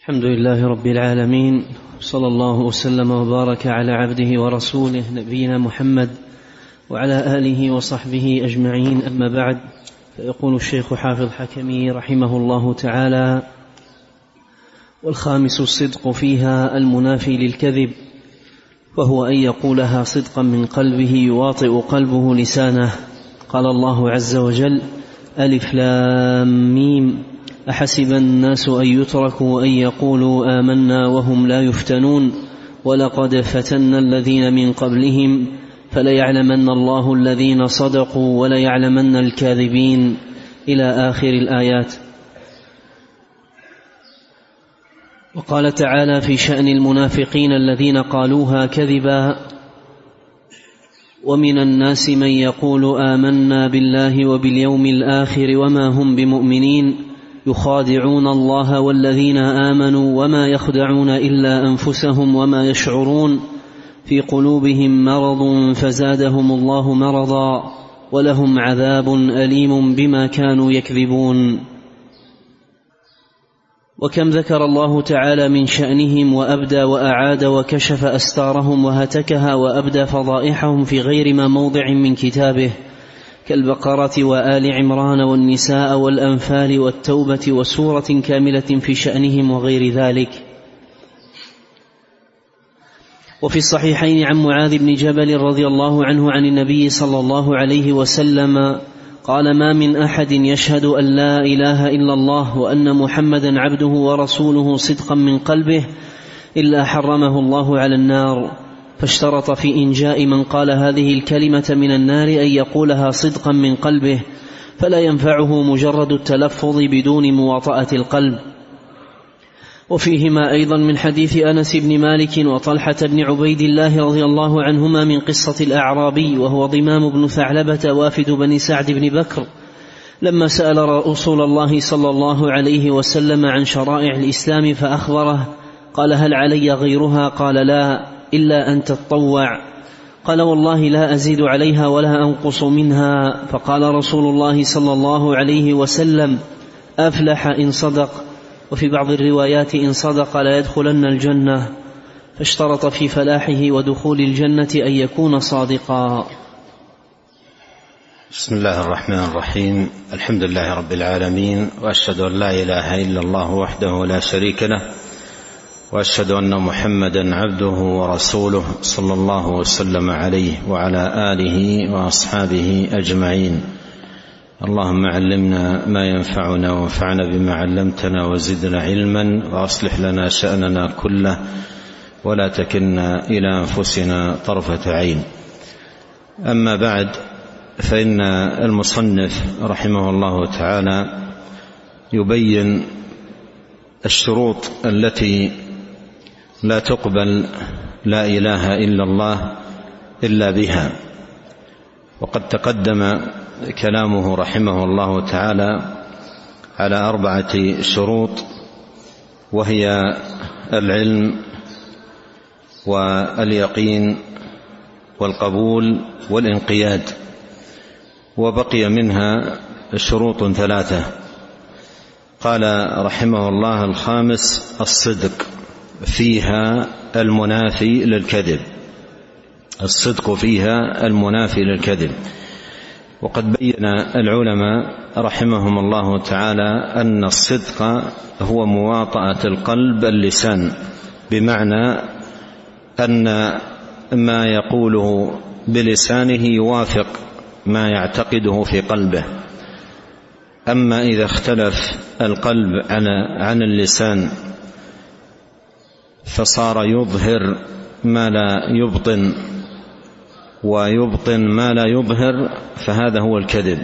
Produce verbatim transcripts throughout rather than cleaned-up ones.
الحمد لله رب العالمين، صلى الله وسلم وبارك على عبده ورسوله نبينا محمد وعلى آله وصحبه أجمعين، أما بعد. فيقول الشيخ حافظ حكمي رحمه الله تعالى: والخامس الصدق فيها المنافي للكذب، وهو أن يقولها صدقا من قلبه يواطئ قلبه لسانه. قال الله عز وجل: ألف لام ميم، أحسب الناس أن يتركوا أن يقولوا آمنا وهم لا يفتنون، ولقد فتنا الذين من قبلهم فليعلمن الله الذين صدقوا وليعلمن الكاذبين، إلى آخر الآيات. وقال تعالى في شأن المنافقين الذين قالوها كذبا: ومن الناس من يقول آمنا بالله وباليوم الآخر وما هم بمؤمنين، يخادعون الله والذين آمنوا وما يخدعون إلا أنفسهم وما يشعرون، في قلوبهم مرض فزادهم الله مرضا، ولهم عذاب أليم بما كانوا يكذبون. وكم ذكر الله تعالى من شأنهم وأبدى وأعاد وكشف أستارهم وهتكها وأبدى فضائحهم في غير ما موضع من كتابه، كالبقرة وآل عمران والنساء والأنفال والتوبة وسورة كاملة في شأنهم وغير ذلك. وفي الصحيحين عن معاذ بن جبل رضي الله عنه عن النبي صلى الله عليه وسلم قال: ما من أحد يشهد أن لا إله إلا الله وأن محمدا عبده ورسوله صدقا من قلبه إلا حرمه الله على النار، فاشترط في إنجاء من قال هذه الكلمة من النار أن يقولها صدقا من قلبه، فلا ينفعه مجرد التلفظ بدون مواطأة القلب. وفيهما أيضا من حديث أنس بن مالك وطلحة بن عبيد الله رضي الله عنهما من قصة الأعرابي، وهو ضمام بن ثعلبة وافد بني سعد بن بكر، لما سأل رسول الله صلى الله عليه وسلم عن شرائع الإسلام فأخبره، قال: هل علي غيرها؟ قال: لا، إلا أن تتطوع. قال: والله لا أزيد عليها ولا أنقص منها. فقال رسول الله صلى الله عليه وسلم: أفلح إن صدق. وفي بعض الروايات: إن صدق لا يدخلن الجنة. فاشترط في فلاحه ودخول الجنة أن يكون صادقا. بسم الله الرحمن الرحيم. الحمد لله رب العالمين، وأشهد أن لا إله إلا الله وحده لا شريك له، وأشهد أن محمدا عبده ورسوله صلى الله وسلم عليه وعلى آله وأصحابه أجمعين. اللهم علمنا ما ينفعنا وانفعنا بما علمتنا وزدنا علما، وأصلح لنا شأننا كله ولا تكلنا إلى أنفسنا طرفة عين. أما بعد، فإن المصنف رحمه الله تعالى يبين الشروط التي لا تقبل لا إله إلا الله إلا بها. وقد تقدم كلامه رحمه الله تعالى على أربعة شروط، وهي العلم واليقين والقبول والانقياد، وبقي منها شروط ثلاثة. قال رحمه الله: الخامس الصدق فيها المنافي للكذب. الصدق فيها المنافي للكذب. وقد بين العلماء رحمهم الله تعالى أن الصدق هو مواطأة القلب اللسان، بمعنى أن ما يقوله بلسانه يوافق ما يعتقده في قلبه. أما إذا اختلف القلب عن اللسان فصار يظهر ما لا يبطن ويبطن ما لا يظهر، فهذا هو الكذب.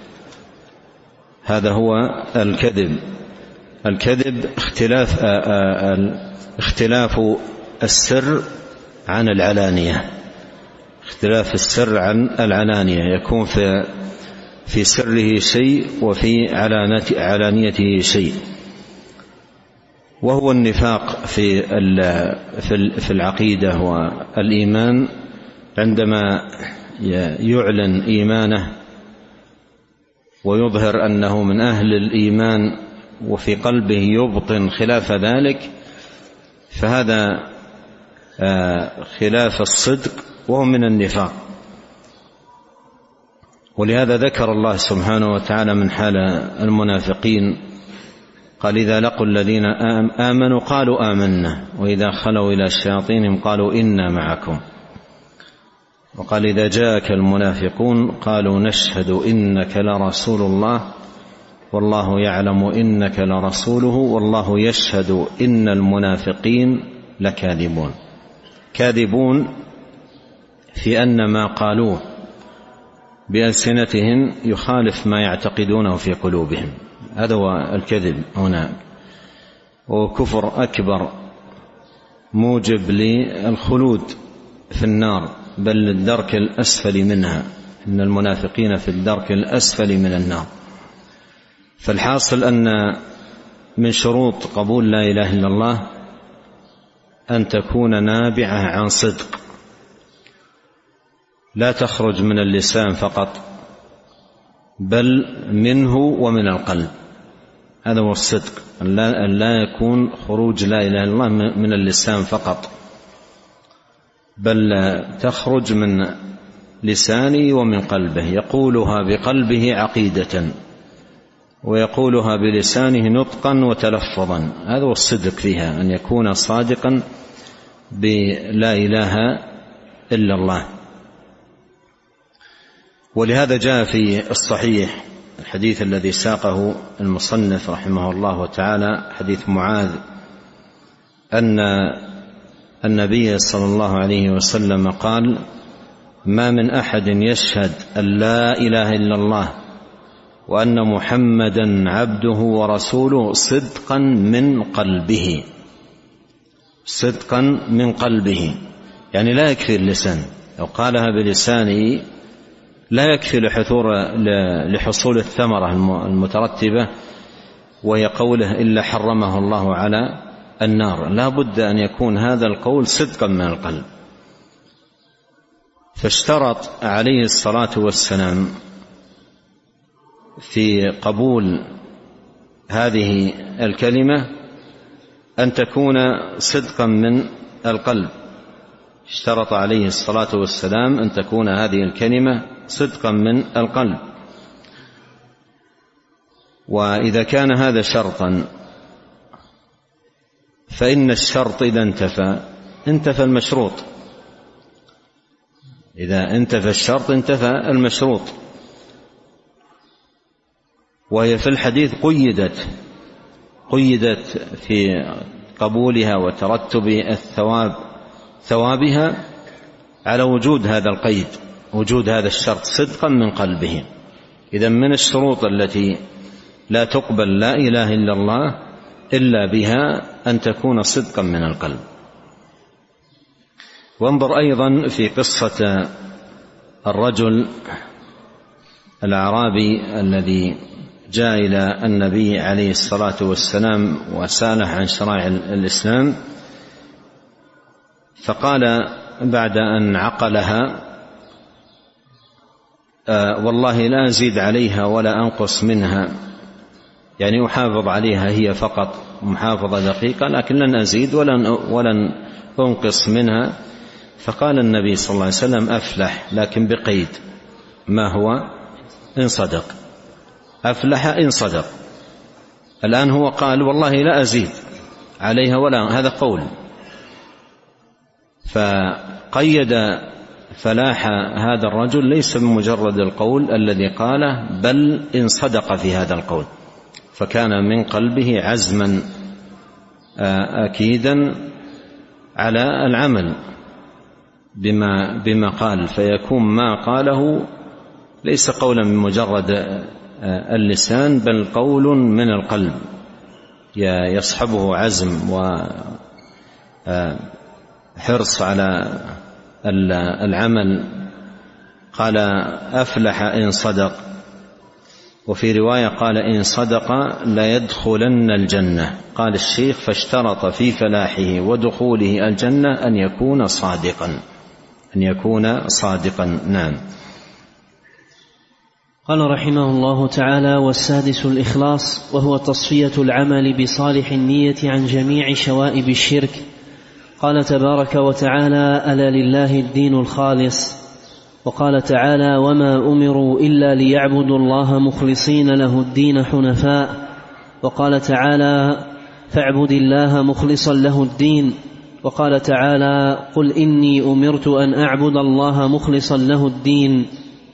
هذا هو الكذب. الكذب اختلاف اختلاف السر عن العلانية. اختلاف السر عن العلانية، يكون في في سره شيء وفي علانيته شيء. وهو النفاق في في العقيدة والإيمان، عندما يعلن إيمانه ويظهر أنه من أهل الإيمان وفي قلبه يبطن خلاف ذلك فهذا خلاف الصدق وهو من النفاق. ولهذا ذكر الله سبحانه وتعالى من حال المنافقين قال إذا لقوا الذين آمنوا قالوا آمنا وإذا خلوا إلى شياطينهم قالوا إنا معكم. وقال إذا جاءك المنافقون قالوا نشهد إنك لرسول الله والله يعلم إنك لرسوله والله يشهد إن المنافقين لكاذبون. كاذبون في أن ما قالوه بألسنتهم يخالف ما يعتقدونه في قلوبهم، هذا هو الكذب هنا، وكفر أكبر موجب للخلود في النار بل الدرك الأسفل منها، إن المنافقين في الدرك الأسفل من النار. فالحاصل أن من شروط قبول لا إله إلا الله أن تكون نابعة عن صدق، لا تخرج من اللسان فقط بل منه ومن القلب، هذا هو الصدق، أن لا يكون خروج لا إله إلا الله من اللسان فقط بل تخرج من لسانه ومن قلبه، يقولها بقلبه عقيدة ويقولها بلسانه نطقا وتلفظا، هذا هو الصدق فيها، أن يكون صادقا بلا إله إلا الله. ولهذا جاء في الصحيح الحديث الذي ساقه المصنف رحمه الله تعالى حديث معاذ أن النبي صلى الله عليه وسلم قال ما من أحد يشهد أن لا إله إلا الله وأن محمدا عبده ورسوله صدقا من قلبه، صدقا من قلبه، يعني لا يكفي اللسان، لو قالها بلسانه لا يكفي لحصول الثمرة المترتبة وهي قوله إلا حرمه الله على النار، لا بد أن يكون هذا القول صدقا من القلب. فاشترط عليه الصلاة والسلام في قبول هذه الكلمة أن تكون صدقا من القلب، اشترط عليه الصلاة والسلام أن تكون هذه الكلمة صدقا من القلب. وإذا كان هذا شرطا فإن الشرط إذا انتفى انتفى المشروط، إذا انتفى الشرط انتفى المشروط. وهي في الحديث قيدت قيدت في قبولها وترتب الثواب ثوابها على وجود هذا القيد، وجود هذا الشرط صدقا من قلبه. إذن من الشروط التي لا تقبل لا إله إلا الله إلا بها أن تكون صدقا من القلب. وانظر أيضا في قصة الرجل الأعرابي الذي جاء إلى النبي عليه الصلاة والسلام وسأله عن شرائع الإسلام، فقال بعد أن عقلها آه والله لا أزيد عليها ولا أنقص منها، يعني أحافظ عليها هي فقط محافظة دقيقة، لكن لن أزيد ولن, ولن أنقص منها. فقال النبي صلى الله عليه وسلم أفلح، لكن بقيد، ما هو؟ إن صدق، أفلح إن صدق. الآن هو قال والله لا أزيد عليها ولا، هذا قول، فقيد فلاح هذا الرجل ليس بمجرد القول الذي قاله بل إن صدق في هذا القول، فكان من قلبه عزما أكيدا على العمل بما, بما قال، فيكون ما قاله ليس قولا من مجرد اللسان بل قول من القلب يصحبه عزم وحرص على العمل. قال أفلح إن صدق، وفي رواية قال إن صدق لا يدخلن الجنة. قال الشيخ فاشترط في فلاحه ودخوله الجنة أن يكون صادقا، أن يكون صادقا. نعم. قال رحمه الله تعالى: والسادس الإخلاص، وهو تصفية العمل بصالح النية عن جميع شوائب الشرك. قال تبارك وتعالى: ألا لله الدين الخالص. وقال تعالى: وما أمروا إلا ليعبدوا الله مخلصين له الدين حنفاء. وقال تعالى: فاعبد الله مخلصا له الدين. وقال تعالى: قل إني أمرت أن أعبد الله مخلصا له الدين.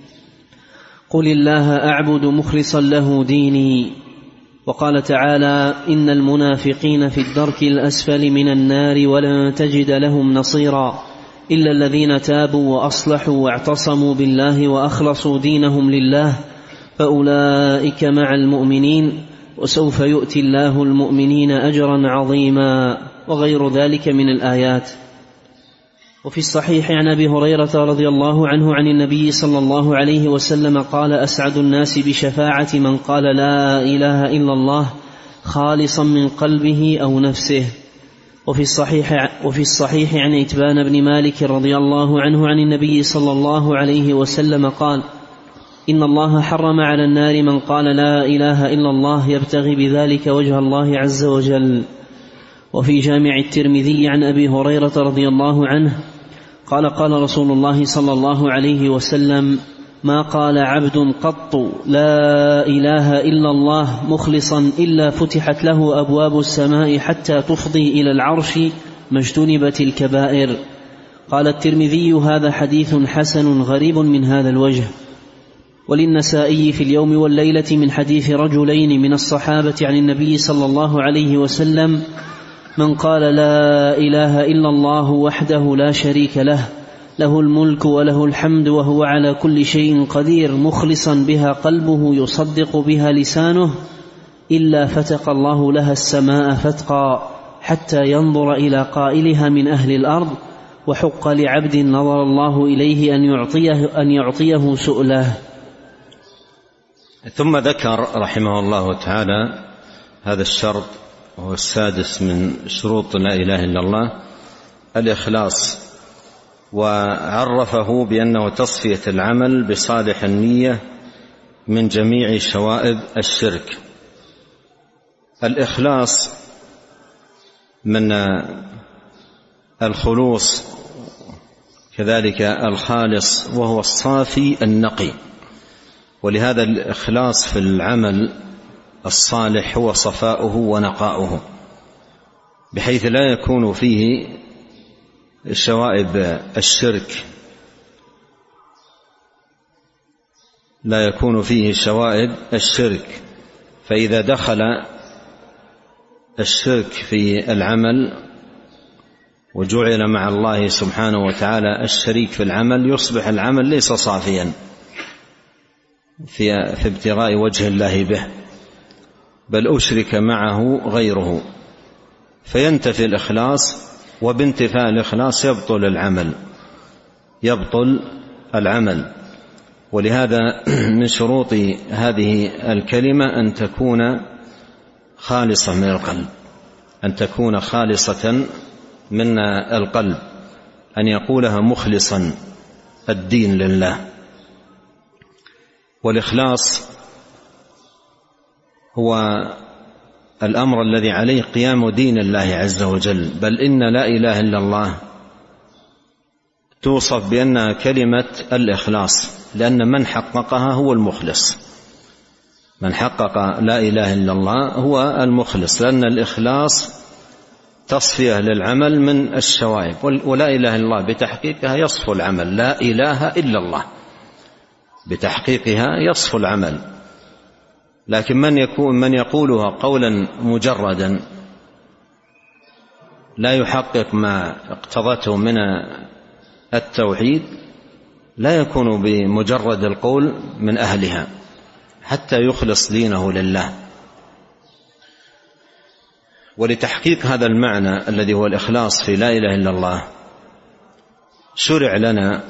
قل الله أعبد مخلصا له ديني. وقال تعالى: إن المنافقين في الدرك الأسفل من النار ولن تجد لهم نصيرا إلا الذين تابوا وأصلحوا واعتصموا بالله وأخلصوا دينهم لله فأولئك مع المؤمنين وسوف يؤتي الله المؤمنين أجرا عظيما، وغير ذلك من الآيات. وفي الصحيح عن أبي هريرة رضي الله عنه عن النبي صلى الله عليه وسلم قال: أسعد الناس بشفاعة من قال لا إله إلا الله خالصا من قلبه أو نفسه. وفي الصحيح, وفي الصحيح عن عتبان بن مالك رضي الله عنه عن النبي صلى الله عليه وسلم قال: إن الله حرم على النار من قال لا إله إلا الله يبتغي بذلك وجه الله عز وجل. وفي جامع الترمذي عن أبي هريرة رضي الله عنه قال: قال رسول الله صلى الله عليه وسلم: ما قال عبد قط لا إله إلا الله مخلصا إلا فتحت له أبواب السماء حتى تفضي إلى العرش ما اجتنبت الكبائر. قال الترمذي: هذا حديث حسن غريب من هذا الوجه. وللنسائي في اليوم والليلة من حديث رجلين من الصحابة عن النبي صلى الله عليه وسلم: من قال لا إله إلا الله وحده لا شريك له له الملك وله الحمد وهو على كل شيء قدير مخلصا بها قلبه يصدق بها لسانه إلا فتق الله لها السماء فتقا حتى ينظر إلى قائلها من أهل الأرض، وحق لعبد نظر الله إليه أن يعطيه, أن يعطيه سؤله. ثم ذكر رحمه الله تعالى هذا الشرط وهو السادس من شروط لا إله إلا الله، الإخلاص، وعرفه بأنه تصفية العمل بصالح النية من جميع شوائب الشرك. الإخلاص من الخلوص كذلك الخالص، وهو الصافي النقي. ولهذا الإخلاص في العمل الصالح هو صفاؤه ونقاؤه، بحيث لا يكون فيه شوائب الشرك لا يكون فيه شوائب الشرك فإذا دخل الشرك في العمل وجعل مع الله سبحانه وتعالى الشريك في العمل، يصبح العمل ليس صافيا في, في ابتغاء وجه الله به، بل أشرك معه غيره، فينتفي الإخلاص، وبانتفاء الإخلاص يبطل العمل يبطل العمل ولهذا من شروط هذه الكلمة أن تكون خالصة من القلب، أن تكون خالصة من القلب، أن يقولها مخلصا الدين لله. والإخلاص هو الأمر الذي عليه قيام دين الله عز وجل، بل إن لا إله إلا الله توصف بأنها كلمة الإخلاص، لأن من حققها هو المخلص، من حقق لا إله إلا الله هو المخلص، لأن الإخلاص تصفية للعمل من الشوائب، ولا إله إلا الله بتحقيقها يصفو العمل، لا إله إلا الله بتحقيقها يصفو العمل. لكن من يكون من يقولها قولا مجردا لا يحقق ما اقتضته من التوحيد لا يكون بمجرد القول من أهلها حتى يخلص دينه لله. ولتحقيق هذا المعنى الذي هو الإخلاص في لا إله إلا الله شرع لنا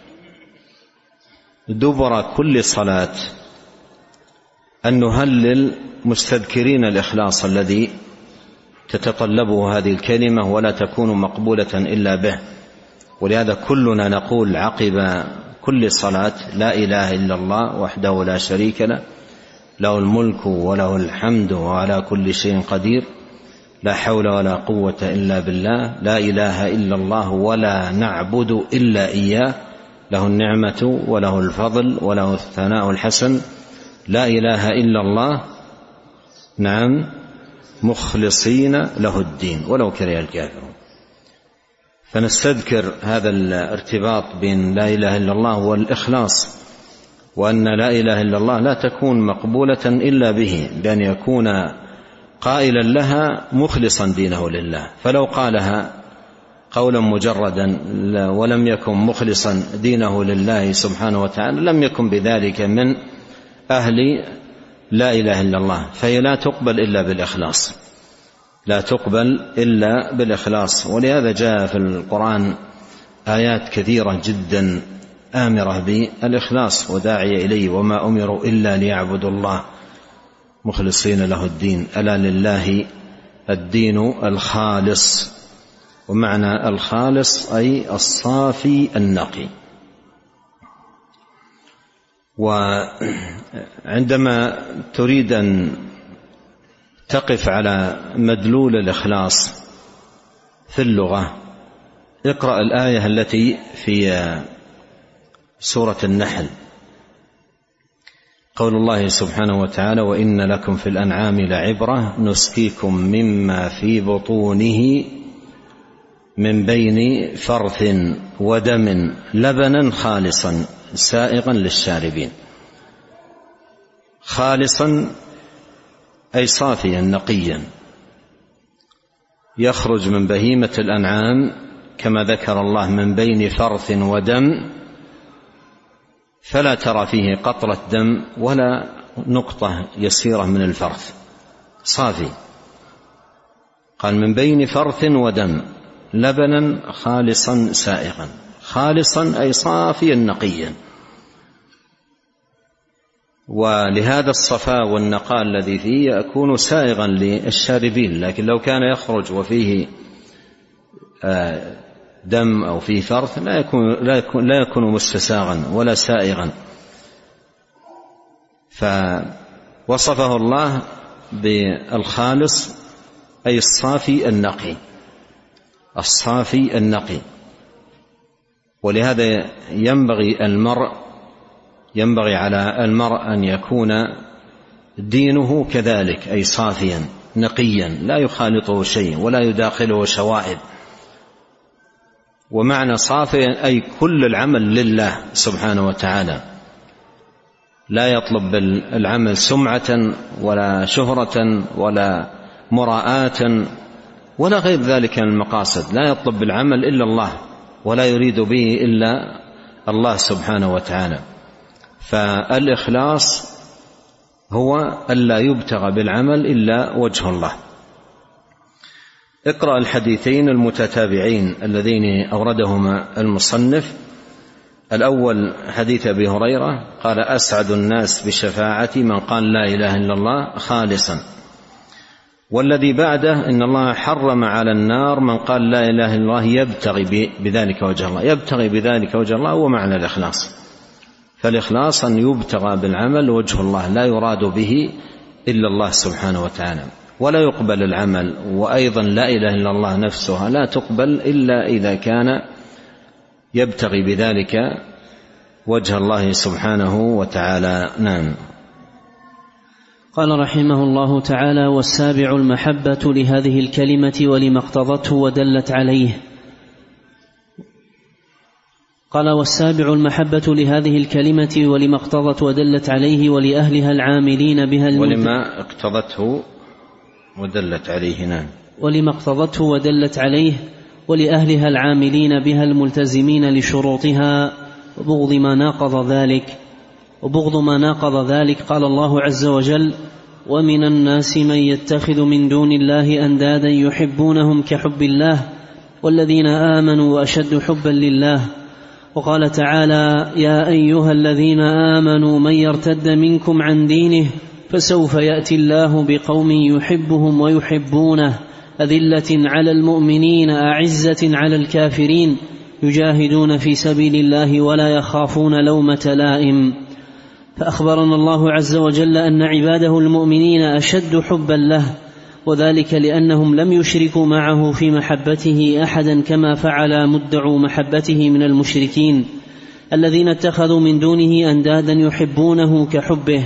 دبر كل صلاة أن نهلل مستذكرين الإخلاص الذي تتطلبه هذه الكلمة ولا تكون مقبولة إلا به. ولهذا كلنا نقول عقب كل صلاة لا إله إلا الله وحده لا شريك له، له الملك وله الحمد وعلى كل شيء قدير، لا حول ولا قوة إلا بالله، لا إله إلا الله ولا نعبد إلا إياه، له النعمة وله الفضل وله الثناء الحسن، لا إله إلا الله نعم مخلصين له الدين ولو كره الكافرون. فنستذكر هذا الارتباط بين لا إله إلا الله والإخلاص، وأن لا إله إلا الله لا تكون مقبولة إلا به، بأن يكون قائلا لها مخلصا دينه لله. فلو قالها قولا مجردا ولم يكن مخلصا دينه لله سبحانه وتعالى لم يكن بذلك من أهل لا إله إلا الله، فهي لا تقبل إلا بالإخلاص، لا تقبل إلا بالإخلاص. ولهذا جاء في القرآن آيات كثيرة جدا آمرة بالإخلاص وداعية إليه، وما أمروا إلا ليعبدوا الله مخلصين له الدين، ألا لله الدين الخالص. ومعنى الخالص أي الصافي النقي. وعندما تريد أن تقف على مدلول الإخلاص في اللغة اقرأ الآية التي في سورة النحل، قول الله سبحانه وتعالى: وإن لكم في الأنعام لعبرة نسقيكم مما في بطونه من بين فرث ودم لبنا خالصا سائغا للشاربين. خالصا أي صافيا نقيا، يخرج من بهيمة الأنعام كما ذكر الله من بين فرث ودم، فلا ترى فيه قطرة دم ولا نقطة يسيرة من الفرث، صافي. قال من بين فرث ودم لبنا خالصا سائغا. خالصا أي صافيا نقيا. ولهذا الصفاء والنقاء الذي فيه يكون سائغا للشاربين، لكن لو كان يخرج وفيه دم أو فيه فرث لا يكون, لا يكون, لا يكون مستساغا ولا سائغا. فوصفه الله بالخالص أي الصافي النقي، الصافي النقي. ولهذا ينبغي المرء ينبغي على المرء أن يكون دينه كذلك، أي صافيا نقيا لا يخالطه شيء ولا يداخله شوائب. ومعنى صافيا أي كل العمل لله سبحانه وتعالى، لا يطلب العمل سمعة ولا شهرة ولا مراءة ولا غير ذلك من المقاصد، لا يطلب بالعمل إلا الله ولا يريد به إلا الله سبحانه وتعالى. فالإخلاص هو ألا يبتغى بالعمل إلا وجه الله. اقرأ الحديثين المتتابعين اللذين أوردهما المصنف. الأول حديث أبي هريرة قال: أسعد الناس بشفاعتي من قال لا إله إلا الله خالصا. والذي بعده: إن الله حرم على النار من قال لا إله إلا الله يبتغي بذلك وجه الله. يبتغي بذلك وجه الله هو معنى الإخلاص. فالإخلاص أن يبتغى بالعمل وجه الله، لا يراد به إلا الله سبحانه وتعالى، ولا يقبل العمل. وأيضا لا إله إلا الله نفسها لا تقبل إلا إذا كان يبتغي بذلك وجه الله سبحانه وتعالى. نعم. قال رحمه الله تعالى: والسابع المحبة لهذه الكلمة ولما اقتضته ودلت عليه. قال: والسابع المحبة لهذه الكلمة ولما اقتضت ودلت عليه ولأهلها العاملين بها الملت... ولما اقتضته ودلت عليه. نعم. ولما اقتضته ودلت عليه ولأهلها العاملين بها الملتزمين لشروطها وبغض ما ناقض ذلك وبغض ما ناقض ذلك. قال الله عز وجل: ومن الناس من يتخذ من دون الله أندادا يحبونهم كحب الله والذين آمنوا أشد حبا لله. وقال تعالى: يا أيها الذين آمنوا من يرتد منكم عن دينه فسوف يأتي الله بقوم يحبهم ويحبونه أذلة على المؤمنين أعزة على الكافرين يجاهدون في سبيل الله ولا يخافون لومة لائم. فأخبرنا الله عز وجل أن عباده المؤمنين أشد حبا له، وذلك لأنهم لم يشركوا معه في محبته أحدا كما فعل مدعو محبته من المشركين الذين اتخذوا من دونه أندادا يحبونه كحبه.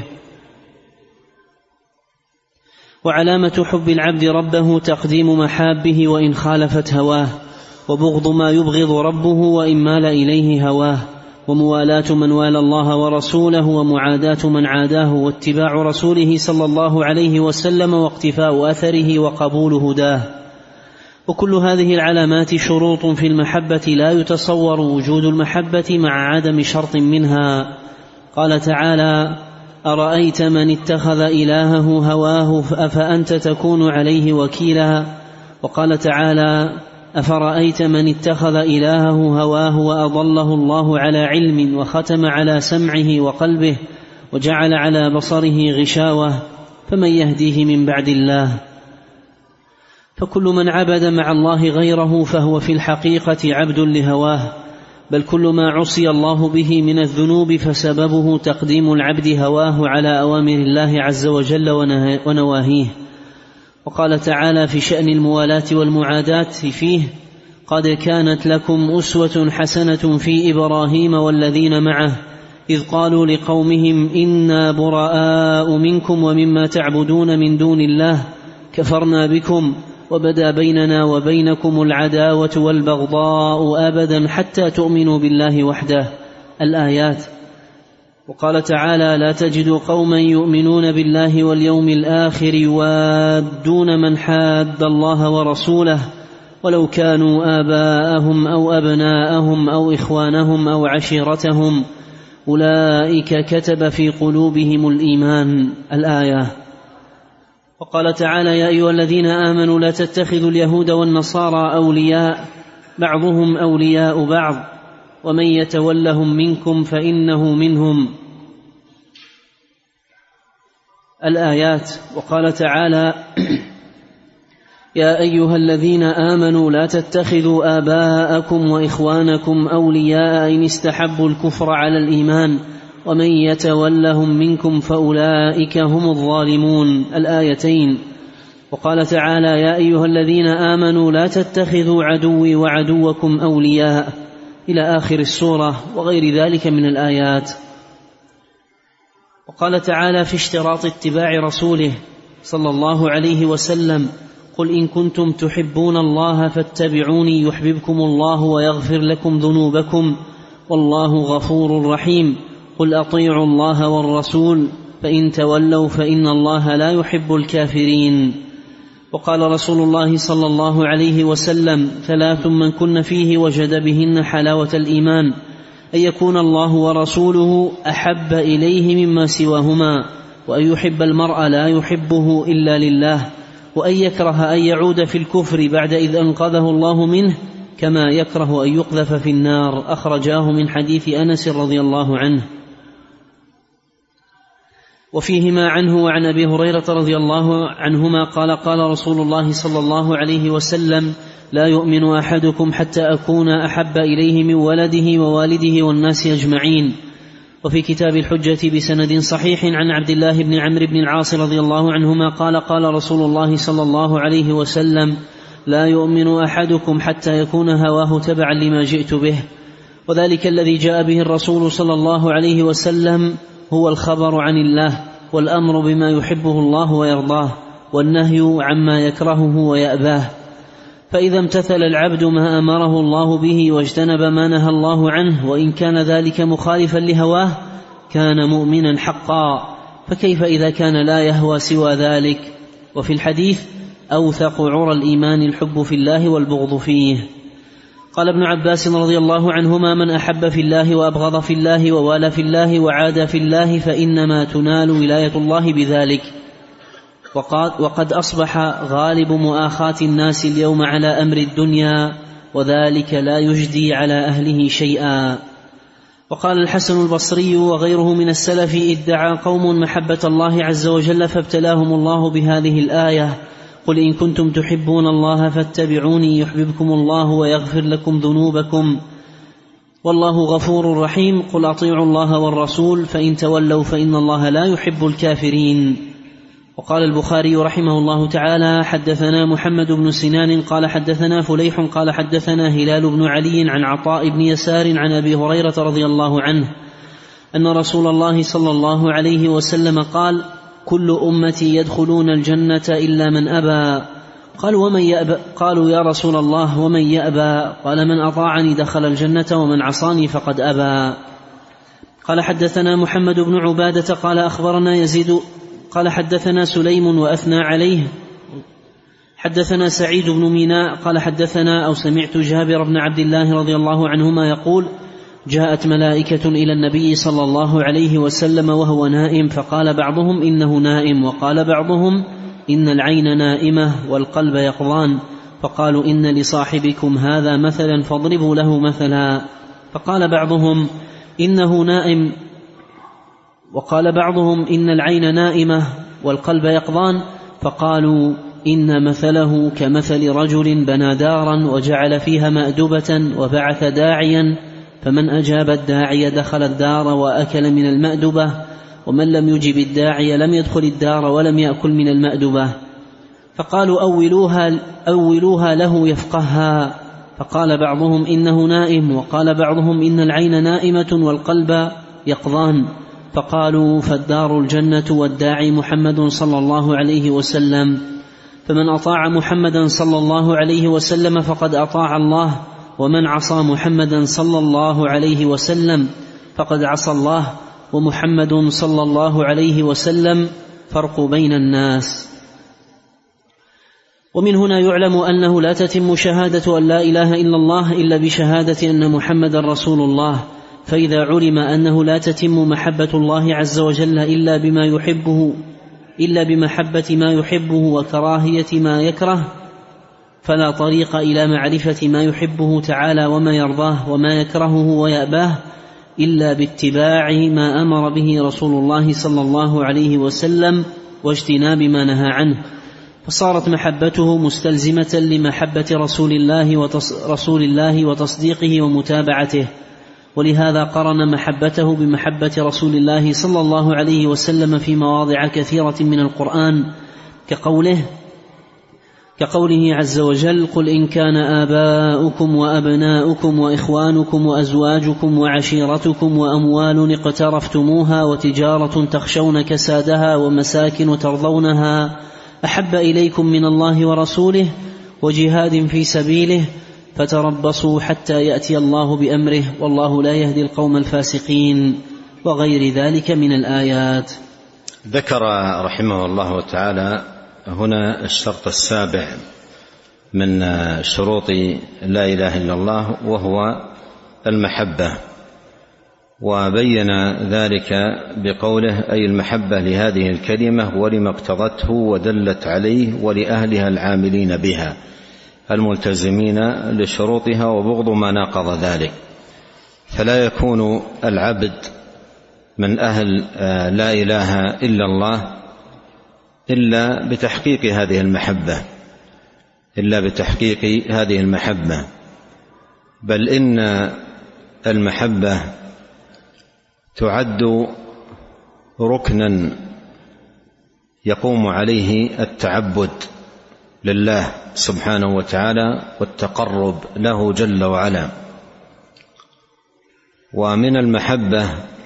وعلامة حب العبد ربه تقديم محابه وإن خالفت هواه، وبغض ما يبغض ربه وإن مال إليه هواه، وموالاة من والى الله ورسوله ومعاداة من عاداه، واتباع رسوله صلى الله عليه وسلم واقتفاء أثره وقبول هداه. وكل هذه العلامات شروط في المحبة لا يتصور وجود المحبة مع عدم شرط منها. قال تعالى: أرأيت من اتخذ إلهه هواه أفأنت تكون عليه وكيلا. وقال تعالى: أفرأيت من اتخذ إلهه هواه وأضله الله على علم وختم على سمعه وقلبه وجعل على بصره غشاوة فمن يهديه من بعد الله. فكل من عبد مع الله غيره فهو في الحقيقة عبد لهواه، بل كل ما عصي الله به من الذنوب فسببه تقديم العبد هواه على أوامر الله عز وجل ونواهيه. وقال تعالى في شأن الموالاة والمعاداة فيه: قد كانت لكم أسوة حسنة في إبراهيم والذين معه إذ قالوا لقومهم إنا براء منكم ومما تعبدون من دون الله كفرنا بكم وبدا بيننا وبينكم العداوة والبغضاء أبدا حتى تؤمنوا بالله وحده. الآيات. وقال تعالى: لا تجد قوما يؤمنون بالله واليوم الآخر يوادون من حاد الله ورسوله ولو كانوا آباءهم أو أبناءهم أو إخوانهم أو عشيرتهم أولئك كتب في قلوبهم الإيمان. الآية. وقال تعالى: يا أيها الذين آمنوا لا تتخذوا اليهود والنصارى أولياء بعضهم أولياء بعض ومن يتولهم منكم فإنه منهم. الآيات. وقال تعالى: يا أيها الذين آمنوا لا تتخذوا آباءكم وإخوانكم أولياء إن استحبوا الكفر على الإيمان ومن يتولهم منكم فأولئك هم الظالمون. الآيتين. وقال تعالى: يا أيها الذين آمنوا لا تتخذوا عدوي وعدوكم أولياء إلى آخر السورة وغير ذلك من الآيات. وقال تعالى في اشتراط اتباع رسوله صلى الله عليه وسلم: قل إن كنتم تحبون الله فاتبعوني يحببكم الله ويغفر لكم ذنوبكم والله غفور رحيم. قل أطيعوا الله والرسول فإن تولوا فإن الله لا يحب الكافرين. وقال رسول الله صلى الله عليه وسلم: ثلاث من كن فيه وجد بهن حلاوة الإيمان: أن يكون الله ورسوله أحب إليه مما سواهما، وأن يحب المرء لا يحبه إلا لله، وأن يكره أن يعود في الكفر بعد إذ أنقذه الله منه كما يكره أن يقذف في النار. أخرجاه من حديث أنس رضي الله عنه. وفيهما عنه وعن أبي هريرة رضي الله عنهما قال: قال رسول الله صلى الله عليه وسلم: لا يؤمن أحدكم حتى أكون أحب إليه من ولده ووالده والناس أجمعين. وفي كتاب الحجة بسند صحيح عن عبد الله بن عمرو بن العاص رضي الله عنهما قال: قال رسول الله صلى الله عليه وسلم: لا يؤمن أحدكم حتى يكون هواه تبعا لما جئت به. وذلك الذي جاء به الرسول صلى الله عليه وسلم هو الخبر عن الله، والأمر بما يحبه الله ويرضاه، والنهي عما يكرهه ويأباه. فإذا امتثل العبد ما أمره الله به واجتنب ما نهى الله عنه وإن كان ذلك مخالفا لهواه كان مؤمنا حقا، فكيف إذا كان لا يهوى سوى ذلك؟ وفي الحديث: أوثق عرى الإيمان الحب في الله والبغض فيه. قال ابن عباس رضي الله عنهما: من أحب في الله وأبغض في الله ووالى في الله وعاد في الله فإنما تنال ولاية الله بذلك. وقد, وقد أصبح غالب مؤاخاة الناس اليوم على أمر الدنيا، وذلك لا يجدي على أهله شيئا. وقال الحسن البصري وغيره من السلف: ادعى قوم محبة الله عز وجل فابتلاهم الله بهذه الآية: قل إن كنتم تحبون الله فاتبعوني يحببكم الله ويغفر لكم ذنوبكم. والله غفور رحيم. قل أطيعوا الله والرسول فإن تولوا فإن الله لا يحب الكافرين. وقال البخاري رحمه الله تعالى: حدثنا محمد بن سنان قال حدثنا فليح قال حدثنا هلال بن علي عن عطاء بن يسار عن أبي هريرة رضي الله عنه أن رسول الله صلى الله عليه وسلم قال: كل أمتي يدخلون الجنة إلا من أبى. قالوا ومن يأبى؟ قالوا يا رسول الله ومن يأبى؟ قال: من أطاعني دخل الجنة ومن عصاني فقد أبى. قال حدثنا محمد بن عبادة قال أخبرنا يزيد قال حدثنا سليم وأثنى عليه. حدثنا سعيد بن ميناء قال حدثنا أو سمعت جابر بن عبد الله رضي الله عنهما يقول: جاءت ملائكة إلى النبي صلى الله عليه وسلم وهو نائم، فقال بعضهم إنه نائم، وقال بعضهم إن العين نائمة والقلب يقظان، فقالوا إن لصاحبكم هذا مثلا فاضربوا له مثلا. فقال بعضهم إنه نائم، وقال بعضهم إن العين نائمة والقلب يقظان، فقالوا إن مثله كمثل رجل بنى دارا وجعل فيها مأدبة وبعث داعيا، فمن أجاب الداعي دخل الدار وأكل من المأدبة، ومن لم يجب الداعي لم يدخل الدار ولم يأكل من المأدبة. فقالوا أولوها, أولوها له يفقهها. فقال بعضهم إنه نائم، وقال بعضهم إن العين نائمة والقلب يقظان. فقالوا فالدار الجنة والداعي محمد صلى الله عليه وسلم، فمن أطاع محمدا صلى الله عليه وسلم فقد أطاع الله، ومن عصى محمدا صلى الله عليه وسلم فقد عصى الله، ومحمد صلى الله عليه وسلم فرق بين الناس. ومن هنا يعلم أنه لا تتم شهادة أن لا إله إلا الله إلا بشهادة أن محمدا رسول الله. فإذا علم أنه لا تتم محبة الله عز وجل إلا بما يحبه إلا بمحبة ما يحبه وكراهية ما يكره، فلا طريق إلى معرفة ما يحبه تعالى وما يرضاه وما يكرهه ويأباه إلا باتباع ما أمر به رسول الله صلى الله عليه وسلم واجتناب ما نهى عنه، فصارت محبته مستلزمة لمحبة رسول الله وتص... رسول الله وتصديقه ومتابعته. ولهذا قرن محبته بمحبة رسول الله صلى الله عليه وسلم في مواضع كثيرة من القرآن، كقوله كقوله عز وجل: قل إن كان آباؤكم وأبناؤكم وإخوانكم وأزواجكم وعشيرتكم وأموال اقترفتموها وتجارة تخشون كسادها ومساكن ترضونها أحب إليكم من الله ورسوله وجهاد في سبيله فتربصوا حتى يأتي الله بأمره والله لا يهدي القوم الفاسقين، وغير ذلك من الآيات. ذكر رحمه الله تعالى هنا الشرط السابع من شروط لا إله إلا الله وهو المحبة، وبين ذلك بقوله: أي المحبة لهذه الكلمة ولما اقتضته ودلت عليه ولأهلها العاملين بها الملتزمين لشروطها، وبغض ما ناقض ذلك. فلا يكون العبد من أهل لا إله إلا الله إلا بتحقيق هذه المحبة إلا بتحقيق هذه المحبة بل إن المحبة تعد ركنا يقوم عليه التعبد لله سبحانه وتعالى والتقرب له جل وعلا. ومن المحبة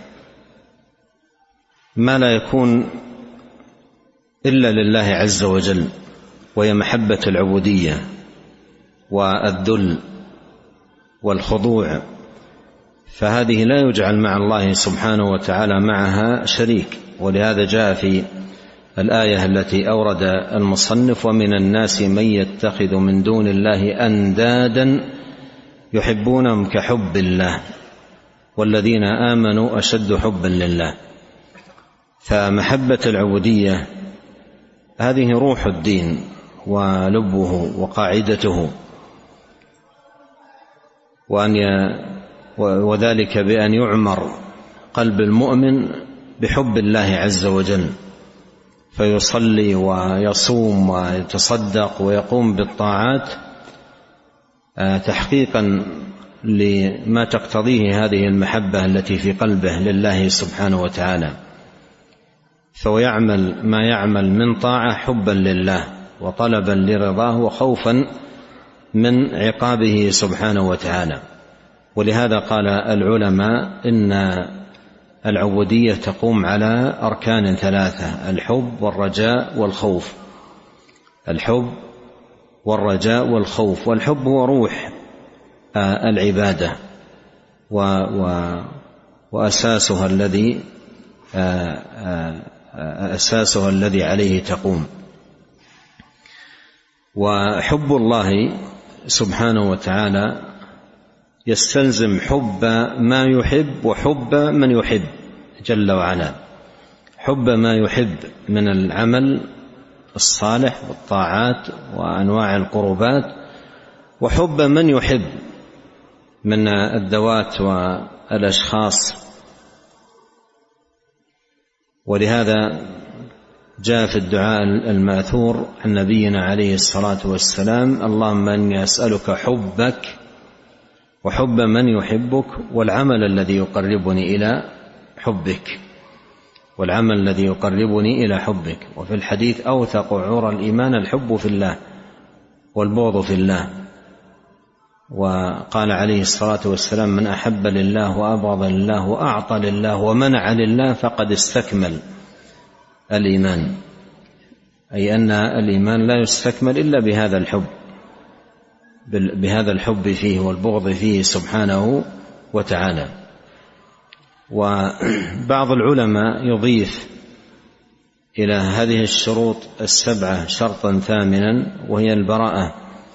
ما لا يكون إلا لله عز وجل، وهي محبة العبودية والذل والخضوع، فهذه لا يجعل مع الله سبحانه وتعالى معها شريك. ولهذا جاء في الآية التي أورد المصنف: ومن الناس من يتخذ من دون الله أندادا يحبونهم كحب الله والذين آمنوا أشد حبا لله. فمحبة العبودية هذه روح الدين ولبه وقاعدته، وأن ي... وذلك بأن يعمر قلب المؤمن بحب الله عز وجل، فيصلي ويصوم ويتصدق ويقوم بالطاعات تحقيقا لما تقتضيه هذه المحبة التي في قلبه لله سبحانه وتعالى، فهو يعمل ما يعمل من طاعة حبا لله وطلبا لرضاه وخوفا من عقابه سبحانه وتعالى. ولهذا قال العلماء إن العبودية تقوم على أركان ثلاثة: الحب والرجاء والخوف. الحب والرجاء والخوف. والحب هو روح العبادة وأساسها الذي أساسها الذي عليه تقوم. وحب الله سبحانه وتعالى يستلزم حب ما يحب وحب من يحب جل وعلا. حب ما يحب من العمل الصالح والطاعات وأنواع القربات، وحب من يحب من الذوات والأشخاص. ولهذا جاء في الدعاء الماثور عن نبينا عليه الصلاة والسلام: اللهم إني أسألك حبك وحب من يحبك والعمل الذي يقربني إلى حبك والعمل الذي يقربني إلى حبك. وفي الحديث: أوثق عرى الإيمان الحب في الله والبغض في الله. وقال عليه الصلاة والسلام: من أحب لله وأبغض لله وأعطى لله ومنع لله فقد استكمل الإيمان، أي أن الإيمان لا يستكمل إلا بهذا الحب بهذا الحب فيه والبغض فيه سبحانه وتعالى. وبعض العلماء يضيف إلى هذه الشروط السبعة شرطا ثامنا، وهي البراءة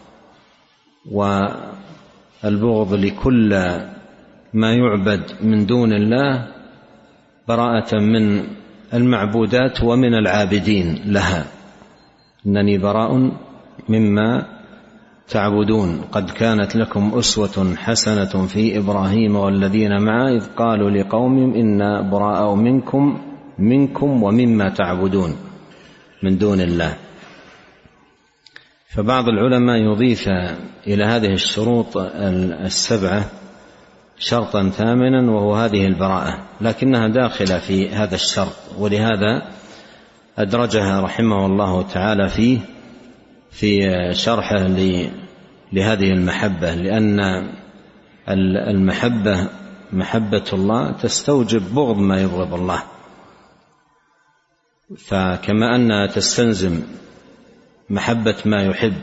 والبغض لكل ما يعبد من دون الله، براءة من المعبودات ومن العابدين لها. إنني براء مما تعبدون قد كانت لكم أسوة حسنة في إبراهيم والذين معه إذ قالوا لقومهم إنا براء منكم منكم ومما تعبدون من دون الله. فبعض العلماء يضيف إلى هذه الشروط السبعة شرطا ثامنا، وهو هذه البراءة، لكنها داخلة في هذا الشرط، ولهذا أدرجها رحمه الله تعالى فيه في شرحه لهذه المحبة، لأن المحبة محبة الله تستوجب بغض ما يبغض الله. فكما أنها تستلزم محبة ما يحب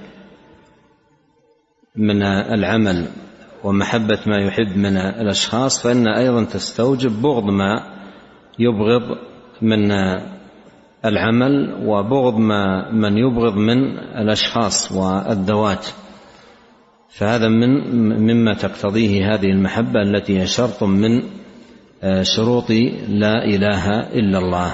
من العمل ومحبة ما يحب من الأشخاص، فإن أيضا تستوجب بغض ما يبغض من العمل وبغض ما من يبغض من الأشخاص والذوات. فهذا من مما تقتضيه هذه المحبة التي هي شرط من شروط لا إله إلا الله.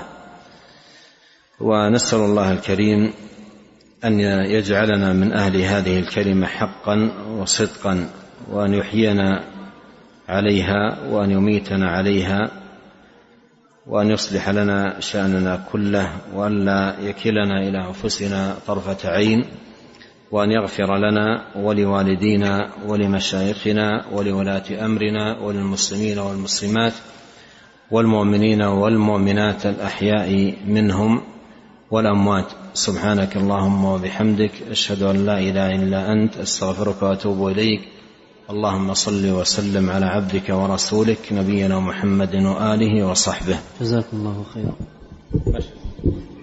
ونسأل الله الكريم أن يجعلنا من أهل هذه الكلمة حقا وصدقا، وأن يحيينا عليها وأن يميتنا عليها، وأن يصلح لنا شأننا كله، وأن لا يكلنا إلى أنفسنا طرفة عين، وأن يغفر لنا ولوالدينا ولمشايخنا ولولاة أمرنا وللمسلمين والمسلمات والمؤمنين والمؤمنات الأحياء منهم والأموات. سبحانك اللهم وبحمدك، أشهد أن لا إله إلا أنت، أستغفرك وأتوب إليك. اللهم صل وسلم على عبدك ورسولك نبينا محمد وآله وصحبه. جزاكم الله خيرا.